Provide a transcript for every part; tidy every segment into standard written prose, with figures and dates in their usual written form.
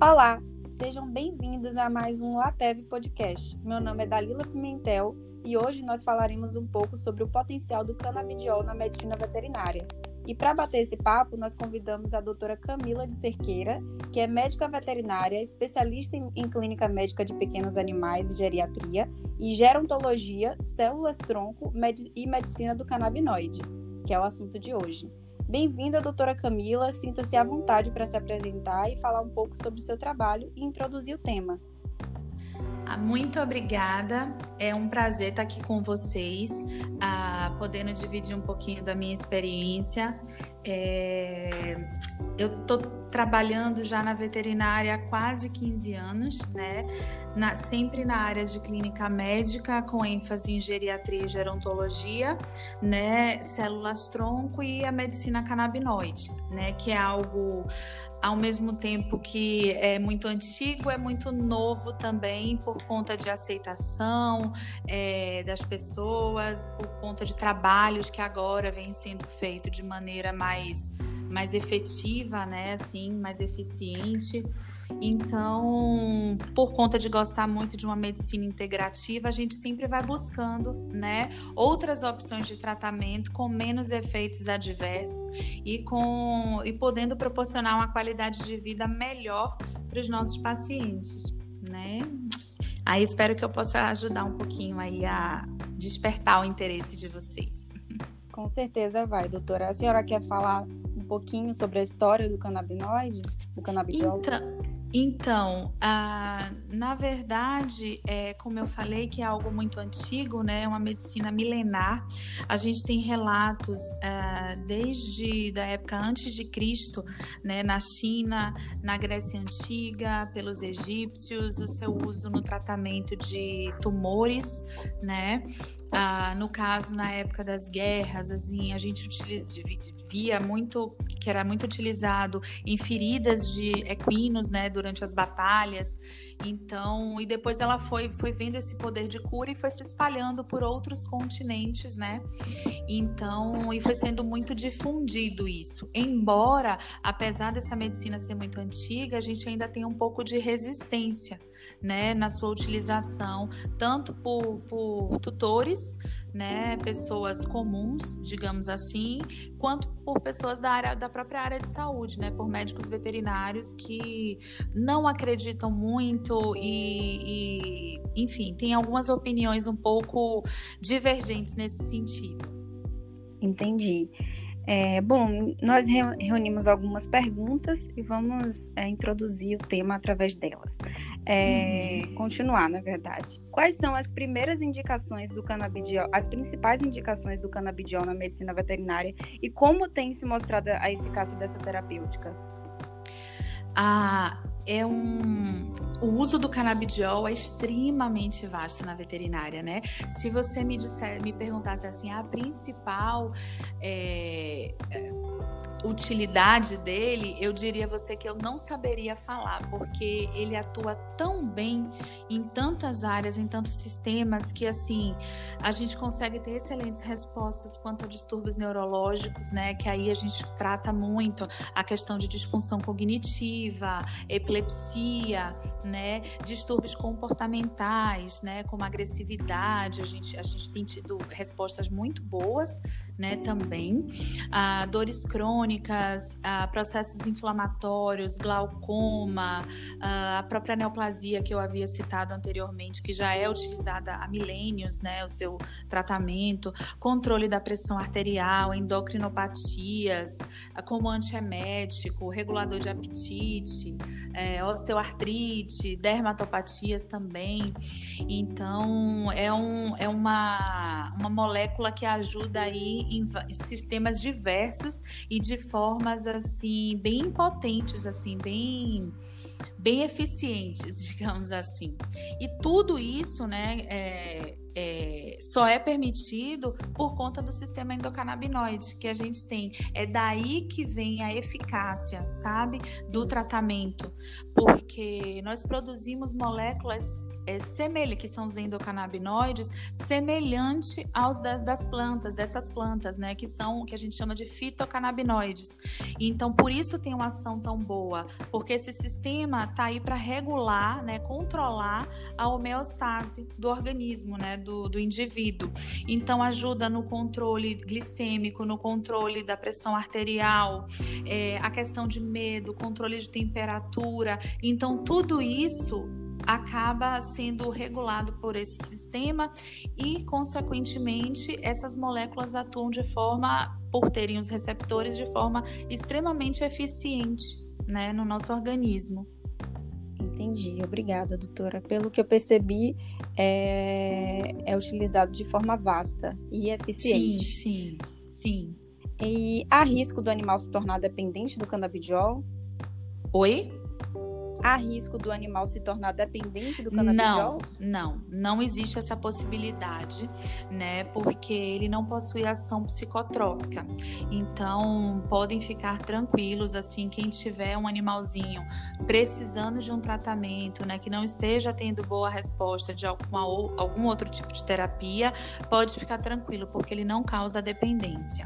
Olá, sejam bem-vindos a mais um LATEV Podcast. Meu nome é Dalila Pimentel e hoje nós falaremos um pouco sobre o potencial do canabidiol na medicina veterinária. E para bater esse papo, nós convidamos a doutora Camila de Cerqueira, que é médica veterinária, especialista em clínica médica de pequenos animais e geriatria, e gerontologia, células-tronco e medicina do canabinoide, que é o assunto de hoje. Bem-vinda, doutora Camila, sinta-se à vontade para se apresentar e falar um pouco sobre o seu trabalho e introduzir o tema. Muito obrigada, é um prazer estar aqui com vocês, podendo dividir um pouquinho da minha experiência. Eu estou trabalhando já na veterinária há quase 15 anos, né? Sempre na área de clínica médica, com ênfase em geriatria e gerontologia, né? Células-tronco e a medicina canabinoide, né? Que é algo, ao mesmo tempo que é muito antigo, é muito novo também, por conta de aceitação das pessoas, por conta de trabalhos que agora vêm sendo feitos de maneira mais efetiva, né, assim, mais eficiente. Então, por conta de gostar muito de uma medicina integrativa, a gente sempre vai buscando, né, outras opções de tratamento com menos efeitos adversos e podendo proporcionar uma qualidade de vida melhor para os nossos pacientes, né? Aí espero que eu possa ajudar um pouquinho aí a despertar o interesse de vocês. Com certeza vai, doutora. A senhora quer falar um pouquinho sobre a história do canabinoide, do canabidiol? Então, na verdade, como eu falei, que é algo muito antigo, né? É uma medicina milenar. A gente tem relatos desde a época antes de Cristo, né? Na China, na Grécia Antiga, pelos egípcios, o seu uso no tratamento de tumores, né? No caso, na época das guerras, assim, a gente via muito, que era muito utilizado em feridas de equinos, né, durante as batalhas. Então, e depois ela foi vendo esse poder de cura e foi se espalhando por outros continentes, né? Então, e foi sendo muito difundido isso. Embora, apesar dessa medicina ser muito antiga, a gente ainda tem um pouco de resistência, né, na sua utilização, tanto por tutores, né, pessoas comuns, digamos assim, quanto por pessoas da própria área de saúde, né, por médicos veterinários que não acreditam muito e enfim, tem algumas opiniões um pouco divergentes nesse sentido. Entendi. Bom, nós reunimos algumas perguntas e vamos introduzir o tema através delas. Continuar, na verdade. Quais são as primeiras indicações do canabidiol, as principais indicações do canabidiol na medicina veterinária e como tem se mostrado a eficácia dessa terapêutica? O uso do canabidiol é extremamente vasto na veterinária, né? Se você me perguntasse assim, a principal utilidade dele, eu diria a você que eu não saberia falar, porque ele atua tão bem em tantas áreas, em tantos sistemas, que assim, a gente consegue ter excelentes respostas quanto a distúrbios neurológicos, né, que aí a gente trata muito a questão de disfunção cognitiva, epilepsia, né, distúrbios comportamentais, né, como agressividade, a gente tem tido respostas muito boas, né, também, dores crônicas, processos inflamatórios, glaucoma, a própria neoplasia que eu havia citado anteriormente, que já é utilizada há milênios, né, o seu tratamento, controle da pressão arterial, endocrinopatias, como antiemético, regulador de apetite, osteoartrite, dermatopatias também. Então, é uma molécula que ajuda aí em sistemas diversos e de formas assim bem potentes, assim bem eficientes, digamos assim. E tudo isso, né, só é permitido por conta do sistema endocannabinoide que a gente tem. É daí que vem a eficácia, sabe, do tratamento, porque nós produzimos moléculas que são os endocannabinoides, semelhante aos das plantas, dessas plantas, né, que a gente chama de fitocannabinoides. Então, por isso tem uma ação tão boa, porque esse sistema tá aí para regular, né, controlar a homeostase do organismo, né, do indivíduo. Então, ajuda no controle glicêmico, no controle da pressão arterial, a questão de medo, controle de temperatura. Então, tudo isso acaba sendo regulado por esse sistema e, consequentemente, essas moléculas atuam por terem os receptores, de forma extremamente eficiente, né, no nosso organismo. Entendi, obrigada, doutora. Pelo que eu percebi, é utilizado de forma vasta e eficiente. Sim. E há risco do animal se tornar dependente do canabidiol? Oi? Há risco do animal se tornar dependente do canabidiol? Não existe essa possibilidade, né? Porque ele não possui ação psicotrópica. Então, podem ficar tranquilos, assim, quem tiver um animalzinho precisando de um tratamento, né, que não esteja tendo boa resposta de algum outro tipo de terapia, pode ficar tranquilo, porque ele não causa dependência.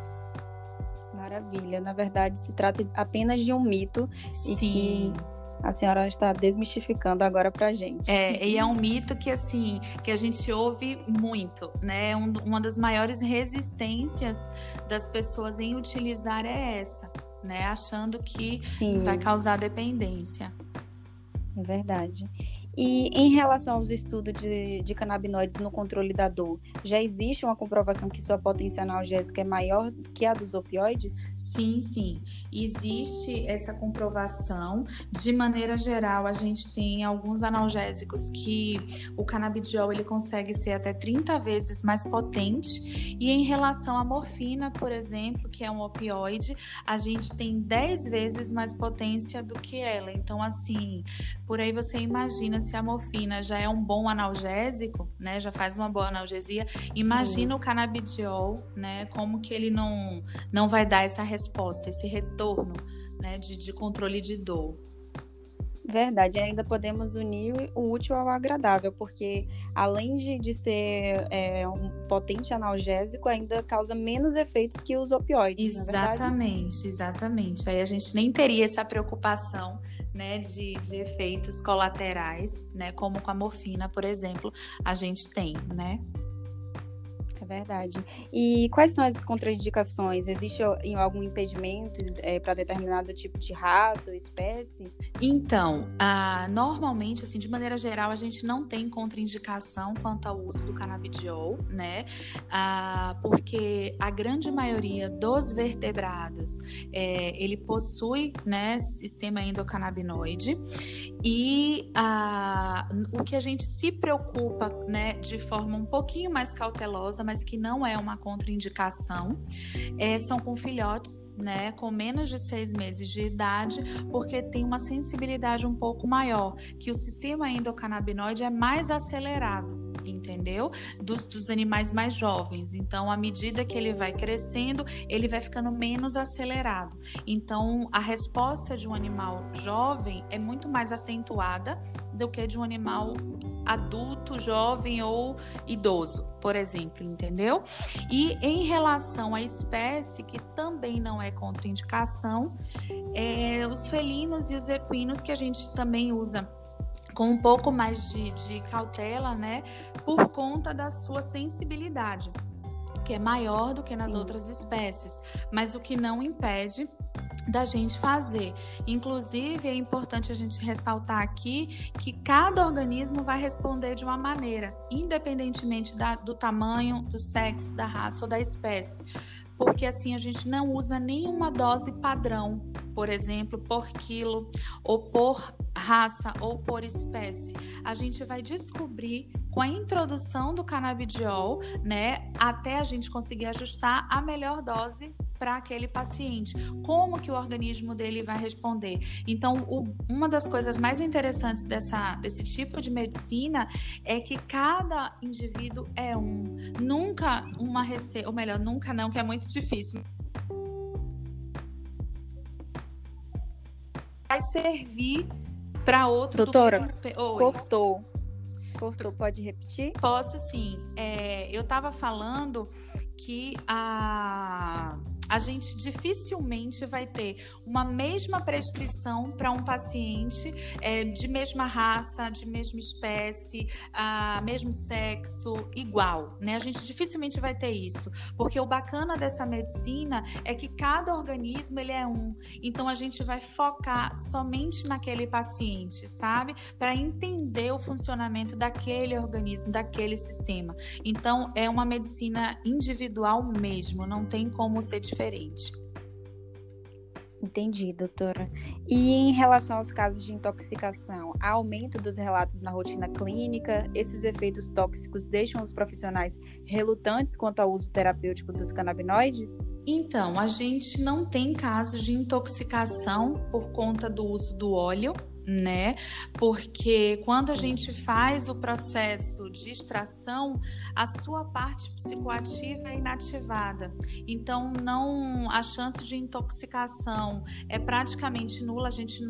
Maravilha. Na verdade, se trata apenas de um mito. Sim. E que a senhora está desmistificando agora pra gente. E é um mito que, assim, que a gente ouve muito, né? Uma das maiores resistências das pessoas em utilizar é essa, né? Achando que vai causar dependência. É verdade. E em relação aos estudos de canabinoides no controle da dor, já existe uma comprovação que sua potência analgésica é maior que a dos opioides? Sim. Existe essa comprovação. De maneira geral, a gente tem alguns analgésicos que o canabidiol ele consegue ser até 30 vezes mais potente. E em relação à morfina, por exemplo, que é um opioide, a gente tem 10 vezes mais potência do que ela. Então, assim, por aí você imagina, se a morfina já é um bom analgésico, né, já faz uma boa analgesia, imagina o canabidiol, né, como que ele não vai dar essa resposta, esse retorno, né, de controle de dor. Verdade, ainda podemos unir o útil ao agradável, porque além de ser um potente analgésico, ainda causa menos efeitos que os opioides, Exatamente. Aí a gente nem teria essa preocupação, né, de efeitos colaterais, né, como com a morfina, por exemplo, a gente tem, né? É verdade. E quais são as contraindicações? Existe algum impedimento para determinado tipo de raça ou espécie? Então, normalmente, assim, de maneira geral, a gente não tem contraindicação quanto ao uso do canabidiol, né? Porque a grande maioria dos vertebrados, ele possui, né, sistema endocannabinoide. E o que a gente se preocupa, né, de forma um pouquinho mais cautelosa, mas que não é uma contraindicação, são com filhotes, né, com menos de 6 meses de idade, porque tem uma sensibilidade um pouco maior, que o sistema endocannabinoide é mais acelerado, entendeu? Dos animais mais jovens. Então, à medida que ele vai crescendo, ele vai ficando menos acelerado. Então, a resposta de um animal jovem é muito mais acentuada do que de um animal adulto, jovem ou idoso, por exemplo, entendeu? E em relação à espécie, que também não é contraindicação, os felinos e os equinos, que a gente também usa com um pouco mais de cautela, né, por conta da sua sensibilidade, que é maior do que nas outras espécies, mas o que não impede da gente fazer. Inclusive, é importante a gente ressaltar aqui que cada organismo vai responder de uma maneira, independentemente do tamanho, do sexo, da raça ou da espécie. Porque assim a gente não usa nenhuma dose padrão, por exemplo, por quilo, ou por raça, ou por espécie. A gente vai descobrir com a introdução do canabidiol, né, até a gente conseguir ajustar a melhor dose para aquele paciente, como que o organismo dele vai responder. Então, uma das coisas mais interessantes desse tipo de medicina é que cada indivíduo é nunca uma receita, ou melhor, nunca não, que é muito difícil, vai servir para outro. Doutora, cortou, pode repetir? Posso sim. Eu estava falando que a gente dificilmente vai ter uma mesma prescrição para um paciente de mesma raça, de mesma espécie, mesmo sexo, igual, né? A gente dificilmente vai ter isso, porque o bacana dessa medicina é que cada organismo ele é um, então a gente vai focar somente naquele paciente, sabe? Para entender o funcionamento daquele organismo, daquele sistema. Então é uma medicina individual mesmo, não tem como ser diferente. Entendi, doutora. E em relação aos casos de intoxicação, há aumento dos relatos na rotina clínica? Esses efeitos tóxicos deixam os profissionais relutantes quanto ao uso terapêutico dos canabinoides? Então, a gente não tem casos de intoxicação por conta do uso do óleo, né? Porque quando a gente faz o processo de extração, a sua parte psicoativa é inativada. Então, a chance de intoxicação é praticamente nula.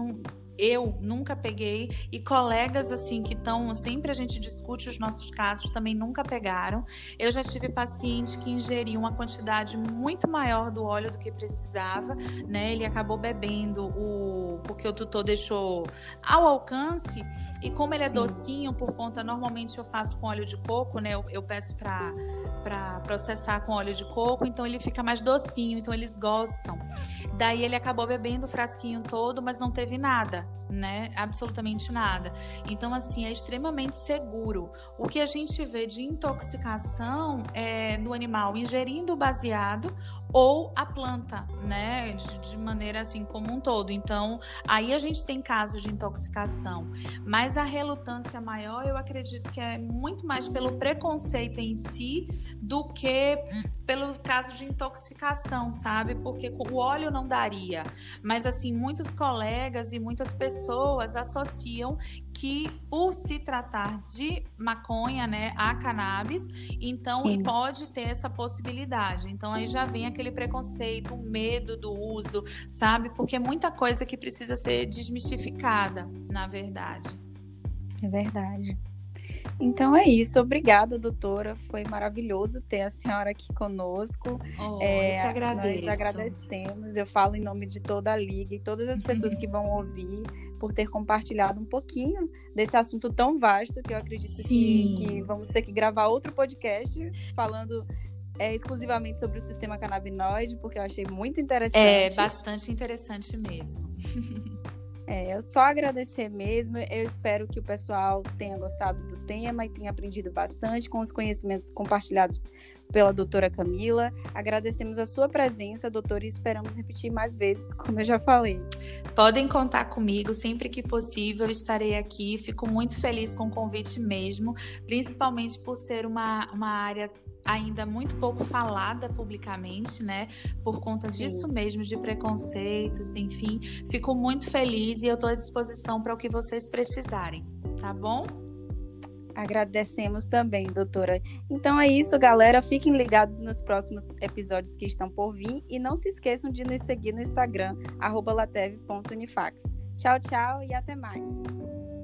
Eu nunca peguei, e colegas assim que estão, sempre a gente discute os nossos casos, também nunca pegaram. Eu já tive paciente que ingeriu uma quantidade muito maior do óleo do que precisava, né? Ele acabou bebendo porque o tutor deixou ao alcance, e como ele é docinho, por conta, normalmente eu faço com óleo de coco, né? Eu peço para processar com óleo de coco, então ele fica mais docinho, então eles gostam. Daí ele acabou bebendo o frasquinho todo, mas não teve nada, né? Absolutamente nada. Então, assim, é extremamente seguro. O que a gente vê de intoxicação é no animal ingerindo o baseado ou a planta, né? De maneira assim, como um todo. Então, aí a gente tem casos de intoxicação. Mas a relutância maior, eu acredito que é muito mais pelo preconceito em si do que pelo caso de intoxicação, sabe? Porque o óleo não daria. Mas, assim, muitos colegas e muitas pessoas associam que, por se tratar de maconha, né, a cannabis, então pode ter essa possibilidade. Então, aí já vem aquele preconceito, o medo do uso, sabe? Porque é muita coisa que precisa ser desmistificada, na verdade. É verdade. Então é isso. Obrigada, doutora. Foi maravilhoso ter a senhora aqui conosco. Eu que agradeço. Nós agradecemos. Eu falo em nome de toda a Liga e todas as pessoas que vão ouvir, por ter compartilhado um pouquinho desse assunto tão vasto, que eu acredito que vamos ter que gravar outro podcast falando exclusivamente sobre o sistema canabinoide, porque eu achei muito interessante. É bastante interessante mesmo. Eu só agradecer mesmo. Eu espero que o pessoal tenha gostado do tema e tenha aprendido bastante com os conhecimentos compartilhados pela doutora Camila. Agradecemos a sua presença, doutora, e esperamos repetir mais vezes, como eu já falei. Podem contar comigo sempre que possível, eu estarei aqui. Fico muito feliz com o convite mesmo, principalmente por ser uma área ainda muito pouco falada publicamente, né? Por conta disso mesmo, de preconceitos, enfim. Fico muito feliz e eu estou à disposição para o que vocês precisarem, tá bom? Agradecemos também, doutora. Então é isso, galera. Fiquem ligados nos próximos episódios que estão por vir e não se esqueçam de nos seguir no Instagram, @latev.unifax. Tchau, tchau e até mais.